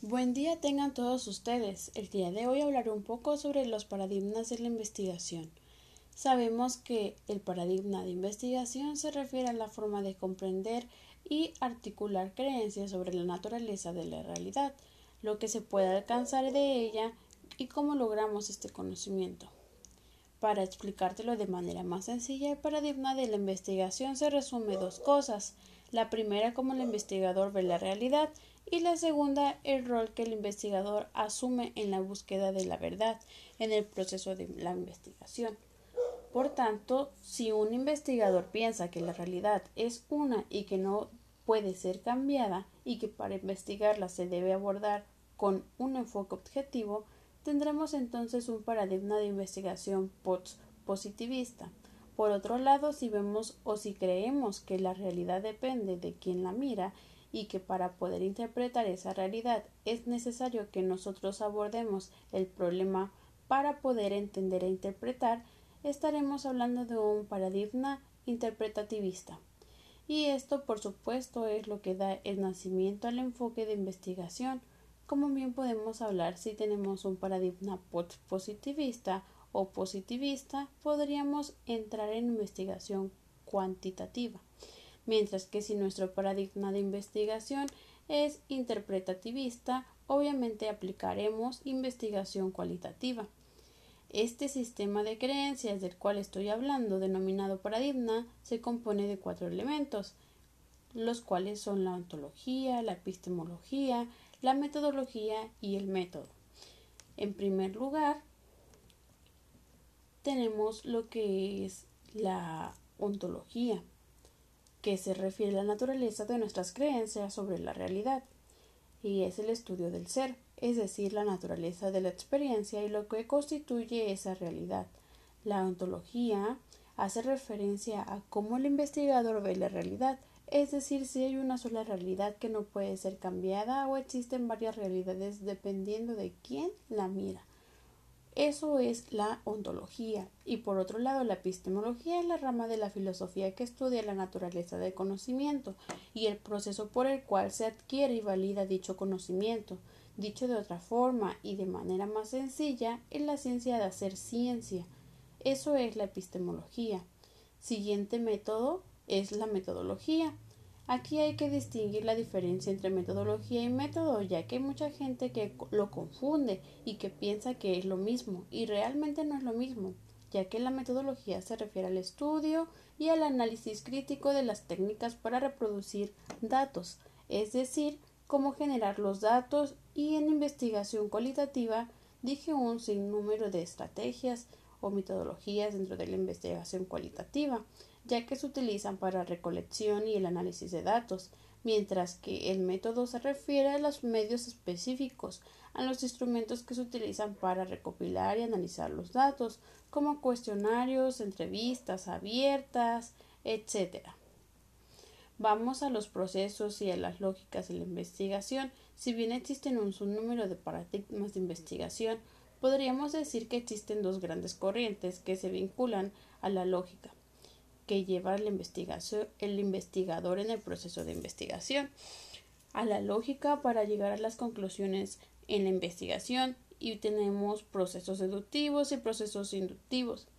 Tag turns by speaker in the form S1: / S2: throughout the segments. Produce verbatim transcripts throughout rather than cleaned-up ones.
S1: Buen día tengan todos ustedes. El día de hoy hablaré un poco sobre los paradigmas de la investigación. Sabemos que el paradigma de investigación se refiere a la forma de comprender y articular creencias sobre la naturaleza de la realidad, lo que se puede alcanzar de ella y cómo logramos este conocimiento. Para explicártelo de manera más sencilla, el paradigma de la investigación se resume en dos cosas. La primera, cómo el investigador ve la realidad, y la segunda, el rol que el investigador asume en la búsqueda de la verdad en el proceso de la investigación. Por tanto, si un investigador piensa que la realidad es una y que no puede ser cambiada y que para investigarla se debe abordar con un enfoque objetivo, tendremos entonces un paradigma de investigación post-positivista. Por otro lado, si vemos o si creemos que la realidad depende de quien la mira y que para poder interpretar esa realidad es necesario que nosotros abordemos el problema para poder entender e interpretar, estaremos hablando de un paradigma interpretativista. Y esto, por supuesto, es lo que da el nacimiento al enfoque de investigación. Como bien podemos hablar, si tenemos un paradigma positivista o positivista, podríamos entrar en investigación cuantitativa, mientras que si nuestro paradigma de investigación es interpretativista, obviamente aplicaremos investigación cualitativa. Este sistema de creencias del cual estoy hablando, denominado paradigma, se compone de cuatro elementos, los cuales son la ontología, la epistemología, la metodología y el método. En primer lugar, tenemos lo que es la ontología, que se refiere a la naturaleza de nuestras creencias sobre la realidad, y es el estudio del ser, es decir, la naturaleza de la experiencia y lo que constituye esa realidad. La ontología hace referencia a cómo el investigador ve la realidad, es decir, si hay una sola realidad que no puede ser cambiada o existen varias realidades dependiendo de quién la mira. Eso es la ontología. Y por otro lado, la epistemología es la rama de la filosofía que estudia la naturaleza del conocimiento y el proceso por el cual se adquiere y valida dicho conocimiento. Dicho de otra forma y de manera más sencilla, es la ciencia de hacer ciencia. Eso es la epistemología. Siguiente método es la metodología. Aquí hay que distinguir la diferencia entre metodología y método, ya que hay mucha gente que lo confunde y que piensa que es lo mismo, y realmente no es lo mismo, ya que la metodología se refiere al estudio y al análisis crítico de las técnicas para reproducir datos, es decir, cómo generar los datos, y en investigación cualitativa dije un sinnúmero de estrategias o metodologías dentro de la investigación cualitativa, ya que se utilizan para recolección y el análisis de datos, mientras que el método se refiere a los medios específicos, a los instrumentos que se utilizan para recopilar y analizar los datos, como cuestionarios, entrevistas abiertas, etcétera. Vamos a los procesos y a las lógicas de la investigación. Si bien existen un sinnúmero de paradigmas de investigación, podríamos decir que existen dos grandes corrientes que se vinculan a la lógica que lleva el, investigación, el investigador en el proceso de investigación, a la lógica para llegar a las conclusiones en la investigación, y tenemos procesos deductivos y procesos inductivos.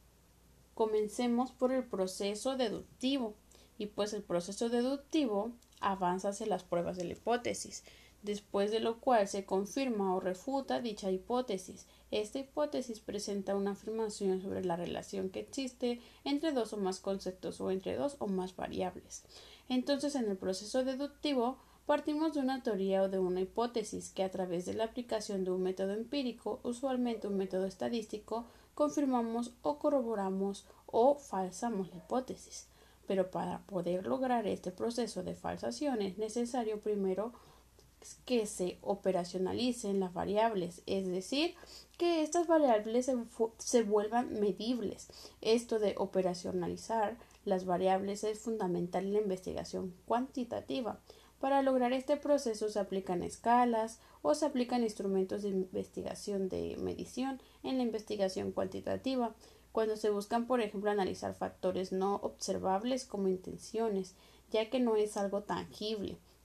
S1: Comencemos por el proceso deductivo, y pues el proceso deductivo avanza hacia las pruebas de la hipótesis, después de lo cual se confirma o refuta dicha hipótesis. Esta hipótesis presenta una afirmación sobre la relación que existe entre dos o más conceptos o entre dos o más variables. Entonces, en el proceso deductivo partimos de una teoría o de una hipótesis que, a través de la aplicación de un método empírico, usualmente un método estadístico, confirmamos o corroboramos o falsamos la hipótesis. Pero para poder lograr este proceso de falsación es necesario primero que se operacionalicen las variables, es decir, que estas variables se, se vuelvan medibles. Esto de operacionalizar las variables es fundamental en la investigación cuantitativa. Para lograr este proceso se aplican escalas o se aplican instrumentos de investigación de medición en la investigación cuantitativa, cuando se buscan, por ejemplo, analizar factores no observables como intenciones, ya que no es algo tangible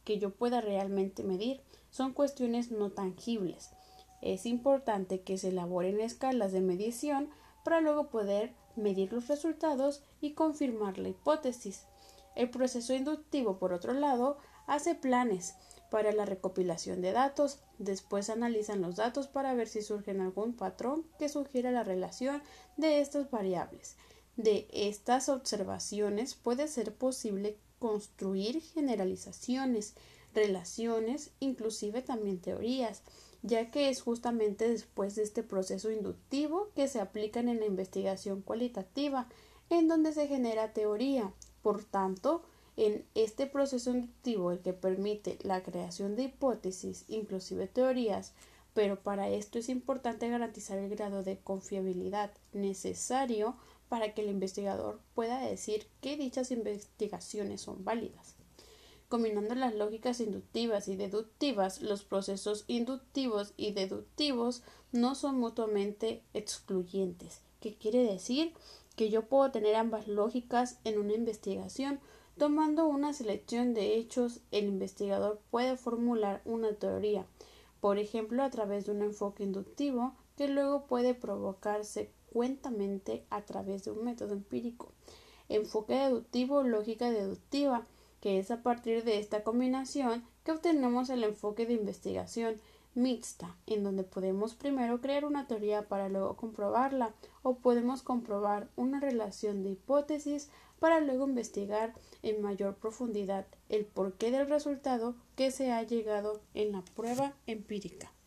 S1: que yo pueda realmente medir, son cuestiones no tangibles. Es importante que se elaboren escalas de medición para luego poder medir los resultados y confirmar la hipótesis. El proceso inductivo, por otro lado, hace planes para la recopilación de datos, después analizan los datos para ver si surge algún patrón que sugiera la relación de estas variables. De estas observaciones puede ser posible construir generalizaciones, relaciones, inclusive también teorías, ya que es justamente después de este proceso inductivo que se aplican en la investigación cualitativa, en donde se genera teoría. Por tanto, en este proceso inductivo, el que permite la creación de hipótesis, inclusive teorías, pero para esto es importante garantizar el grado de confiabilidad necesario para que el investigador pueda decir que dichas investigaciones son válidas. Combinando las lógicas inductivas y deductivas, los procesos inductivos y deductivos no son mutuamente excluyentes. ¿Qué quiere decir? Que yo puedo tener ambas lógicas en una investigación. Tomando una selección de hechos, el investigador puede formular una teoría, por ejemplo, a través de un enfoque inductivo que luego puede provocarse cuentamente a través de un método empírico. Enfoque deductivo, lógica deductiva, que es a partir de esta combinación que obtenemos el enfoque de investigación mixta, en donde podemos primero crear una teoría para luego comprobarla, o podemos comprobar una relación de hipótesis para luego investigar en mayor profundidad el porqué del resultado que se ha llegado en la prueba empírica.